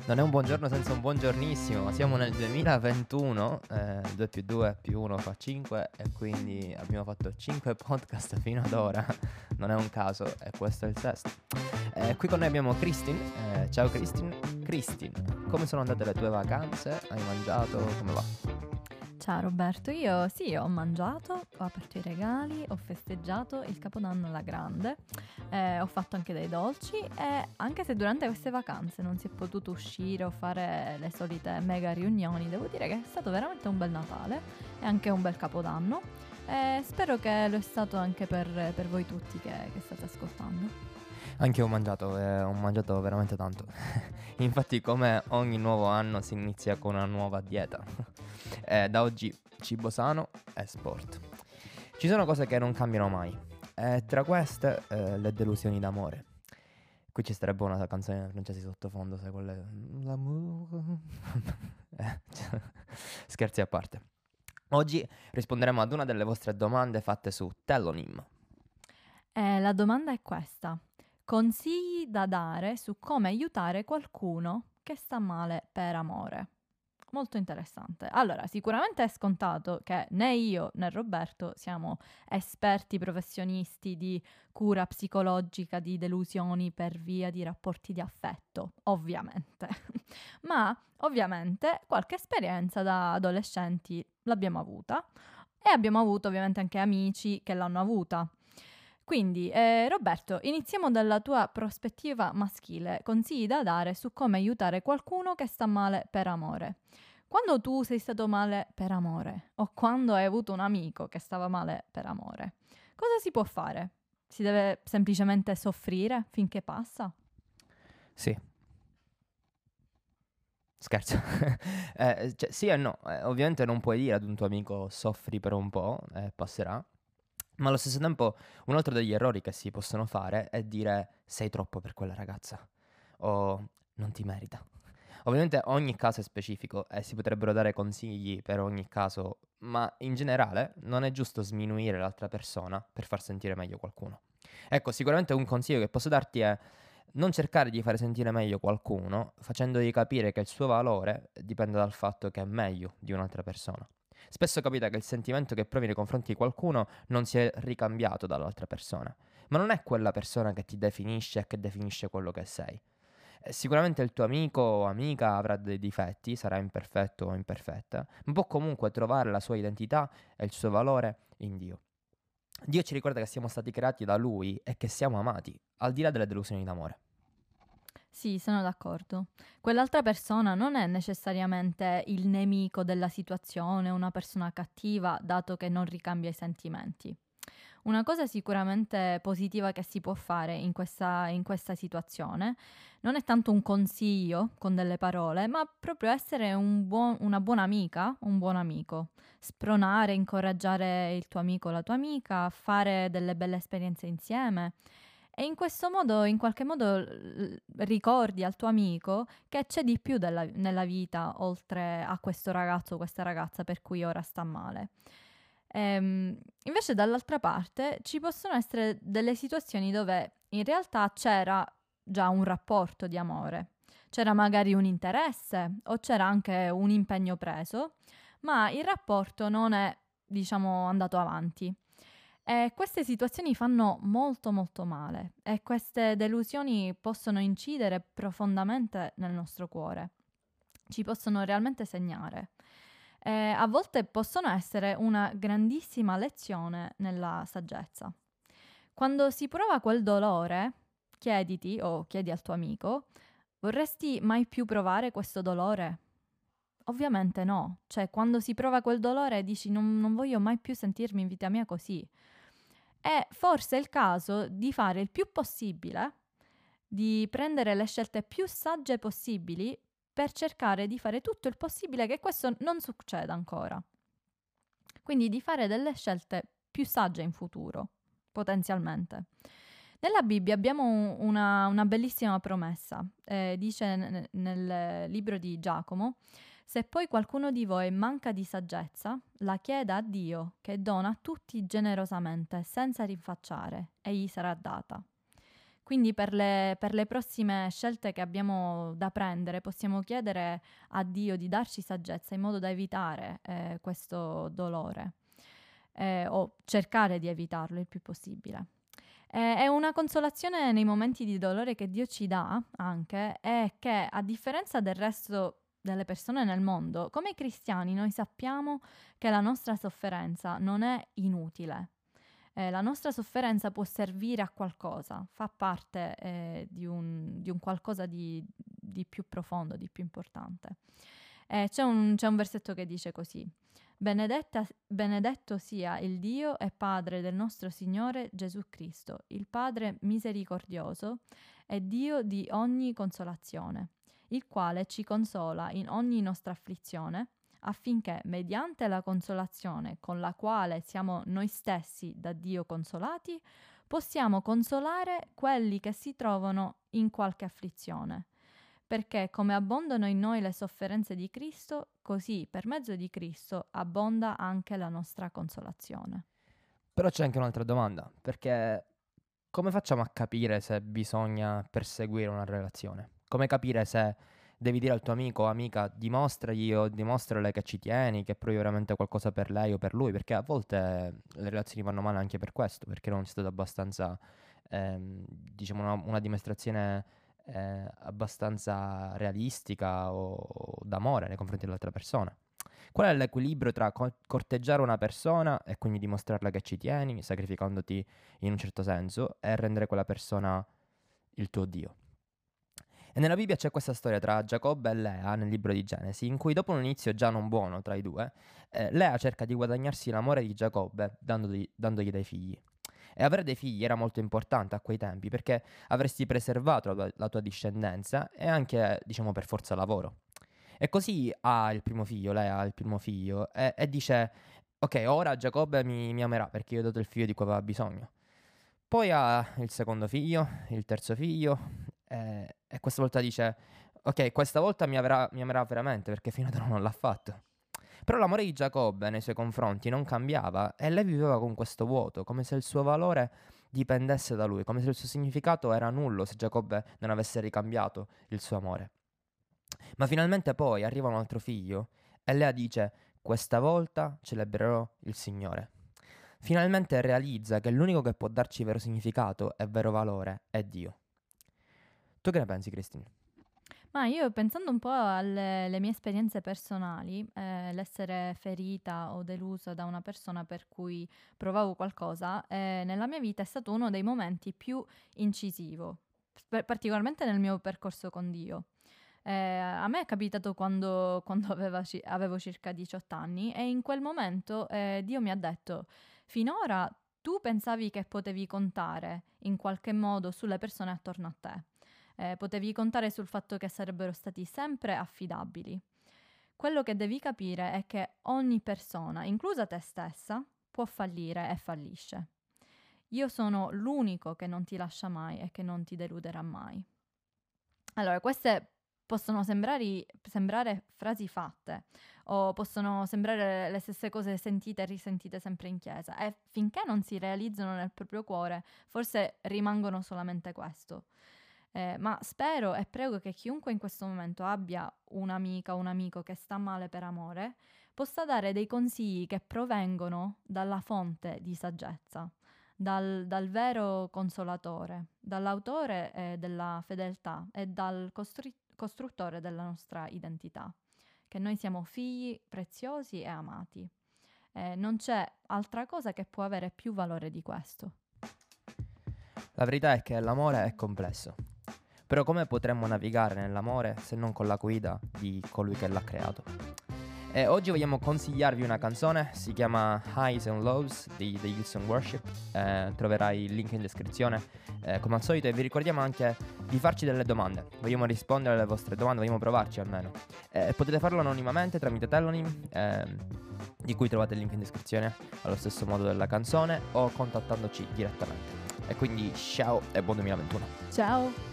Non è un buongiorno senza un buongiornissimo. Siamo nel 2021, 2 più 2 più 1 fa 5 e quindi abbiamo fatto 5 podcast fino ad ora. Non è un caso e questo è il sesto. Qui con noi abbiamo Christine. Ciao Christine. Christine, come sono andate le tue vacanze? Hai mangiato? Come va? Ciao Roberto, io sì, ho mangiato, ho aperto i regali, ho festeggiato il Capodanno alla grande, ho fatto anche dei dolci e anche se durante queste vacanze non si è potuto uscire o fare le solite mega riunioni, devo dire che è stato veramente un bel Natale e anche un bel Capodanno e spero che lo è stato anche per voi tutti che state ascoltando. Anche io ho mangiato veramente tanto. Infatti, come ogni nuovo anno, si inizia con una nuova dieta. Da oggi cibo sano e sport. Ci sono cose che non cambiano mai. E tra queste, le delusioni d'amore. Qui ci starebbe una canzone francese sottofondo, sai quelle... L'amour. Scherzi a parte. Oggi risponderemo ad una delle vostre domande fatte su Telonym. La domanda è questa. Consigli da dare su come aiutare qualcuno che sta male per amore. Molto interessante. Allora, sicuramente è scontato che né io né Roberto siamo esperti professionisti di cura psicologica di delusioni per via di rapporti di affetto, ovviamente. Ma ovviamente qualche esperienza da adolescenti l'abbiamo avuta e abbiamo avuto ovviamente anche amici che l'hanno avuta. Quindi, Roberto, iniziamo dalla tua prospettiva maschile, consigli da dare su come aiutare qualcuno che sta male per amore. Quando tu sei stato male per amore o quando hai avuto un amico che stava male per amore, cosa si può fare? Si deve semplicemente soffrire finché passa? Sì. Scherzo. Sì e no. Ovviamente non puoi dire ad un tuo amico soffri per un po' e passerà. Ma allo stesso tempo un altro degli errori che si possono fare è dire sei troppo per quella ragazza o non ti merita. Ovviamente ogni caso è specifico e si potrebbero dare consigli per ogni caso, ma in generale non è giusto sminuire l'altra persona per far sentire meglio qualcuno. Ecco, sicuramente un consiglio che posso darti è non cercare di fare sentire meglio qualcuno facendogli capire che il suo valore dipende dal fatto che è meglio di un'altra persona. Spesso capita che il sentimento che provi nei confronti di qualcuno non si è ricambiato dall'altra persona, ma non è quella persona che ti definisce e che definisce quello che sei. Sicuramente il tuo amico o amica avrà dei difetti, sarà imperfetto o imperfetta, ma può comunque trovare la sua identità e il suo valore in Dio. Dio ci ricorda che siamo stati creati da Lui e che siamo amati, al di là delle delusioni d'amore. Sì, sono d'accordo. Quell'altra persona non è necessariamente il nemico della situazione, una persona cattiva, dato che non ricambia i sentimenti. Una cosa sicuramente positiva che si può fare in questa situazione non è tanto un consiglio con delle parole, ma proprio essere una buona amica, un buon amico. Spronare, incoraggiare il tuo amico o la tua amica, fare delle belle esperienze insieme. E in questo modo, in qualche modo, ricordi al tuo amico che c'è di più nella vita oltre a questo ragazzo o questa ragazza per cui ora sta male. Invece dall'altra parte ci possono essere delle situazioni dove in realtà c'era già un rapporto di amore, c'era magari un interesse o c'era anche un impegno preso, ma il rapporto non è, diciamo, andato avanti. E queste situazioni fanno molto molto male e queste delusioni possono incidere profondamente nel nostro cuore, ci possono realmente segnare. A volte possono essere una grandissima lezione nella saggezza. Quando si prova quel dolore, chiediti o chiedi al tuo amico, vorresti mai più provare questo dolore? Ovviamente no, cioè quando si prova quel dolore dici non voglio mai più sentirmi in vita mia così. E forse è il caso di fare il più possibile, di prendere le scelte più sagge possibili per cercare di fare tutto il possibile che questo non succeda ancora. Quindi di fare delle scelte più sagge in futuro, potenzialmente. Nella Bibbia abbiamo una bellissima promessa, dice nel libro di Giacomo: se poi qualcuno di voi manca di saggezza, la chieda a Dio, che dona a tutti generosamente, senza rinfacciare, e gli sarà data. Quindi per le prossime scelte che abbiamo da prendere possiamo chiedere a Dio di darci saggezza in modo da evitare questo dolore o cercare di evitarlo il più possibile. È una consolazione nei momenti di dolore che Dio ci dà anche, è che a differenza del resto delle persone nel mondo, come cristiani noi sappiamo che la nostra sofferenza non è inutile. La nostra sofferenza può servire a qualcosa, fa parte di un qualcosa di più profondo, di più importante. C'è un versetto che dice così: benedetto sia il Dio e Padre del nostro Signore Gesù Cristo, il Padre misericordioso e Dio di ogni consolazione, il quale ci consola in ogni nostra afflizione, affinché, mediante la consolazione con la quale siamo noi stessi da Dio consolati, possiamo consolare quelli che si trovano in qualche afflizione. Perché come abbondano in noi le sofferenze di Cristo, così per mezzo di Cristo abbonda anche la nostra consolazione. Però c'è anche un'altra domanda, perché come facciamo a capire se bisogna perseguire una relazione? Come capire se devi dire al tuo amico o amica dimostrale che ci tieni, che provi veramente qualcosa per lei o per lui, perché a volte le relazioni vanno male anche per questo, perché non c'è stata abbastanza, diciamo, una dimostrazione abbastanza realistica o d'amore nei confronti dell'altra persona. Qual è l'equilibrio tra corteggiare una persona e quindi dimostrarle che ci tieni, sacrificandoti in un certo senso, e rendere quella persona il tuo Dio? E nella Bibbia c'è questa storia tra Giacobbe e Lea nel libro di Genesi, in cui dopo un inizio già non buono tra i due, Lea cerca di guadagnarsi l'amore di Giacobbe dandogli dei figli. E avere dei figli era molto importante a quei tempi, perché avresti preservato la tua discendenza e anche, diciamo, per forza lavoro. E così ha il primo figlio, Lea ha il primo figlio, e dice: ok, ora Giacobbe mi amerà perché io ho dato il figlio di cui aveva bisogno. Poi ha il secondo figlio, il terzo figlio, e questa volta dice: ok, questa volta mi amerà veramente perché fino ad ora non l'ha fatto. Però l'amore di Giacobbe nei suoi confronti non cambiava e lei viveva con questo vuoto, come se il suo valore dipendesse da lui, come se il suo significato era nullo se Giacobbe non avesse ricambiato il suo amore. Ma finalmente poi arriva un altro figlio e Lea dice: questa volta celebrerò il Signore. Finalmente realizza che l'unico che può darci vero significato e vero valore è Dio. Tu che ne pensi, Christine? Ma io pensando un po' alle mie esperienze personali, l'essere ferita o delusa da una persona per cui provavo qualcosa, nella mia vita è stato uno dei momenti più incisivo, particolarmente nel mio percorso con Dio. A me è capitato quando avevo circa 18 anni e in quel momento Dio mi ha detto: finora tu pensavi che potevi contare in qualche modo sulle persone attorno a te. Potevi contare sul fatto che sarebbero stati sempre affidabili. Quello che devi capire è che ogni persona, inclusa te stessa, può fallire e fallisce. Io sono l'unico che non ti lascia mai e che non ti deluderà mai. Allora, queste possono sembrare frasi fatte o possono sembrare le stesse cose sentite e risentite sempre in chiesa e finché non si realizzano nel proprio cuore forse rimangono solamente questo. Ma spero e prego che chiunque in questo momento abbia un'amica o un amico che sta male per amore possa dare dei consigli che provengono dalla fonte di saggezza, dal vero consolatore, dall'autore della fedeltà e dal costruttore della nostra identità, che noi siamo figli preziosi e amati. Non c'è altra cosa che può avere più valore di questo. La verità è che l'amore è complesso. Però come potremmo navigare nell'amore se non con la guida di colui che l'ha creato? E oggi vogliamo consigliarvi una canzone, si chiama Highs and Lows di The Hillsong Worship, troverai il link in descrizione come al solito, e vi ricordiamo anche di farci delle domande. Vogliamo rispondere alle vostre domande, vogliamo provarci almeno. Potete farlo anonimamente tramite Telonym, di cui trovate il link in descrizione allo stesso modo della canzone, o contattandoci direttamente. E quindi ciao e buon 2021. Ciao!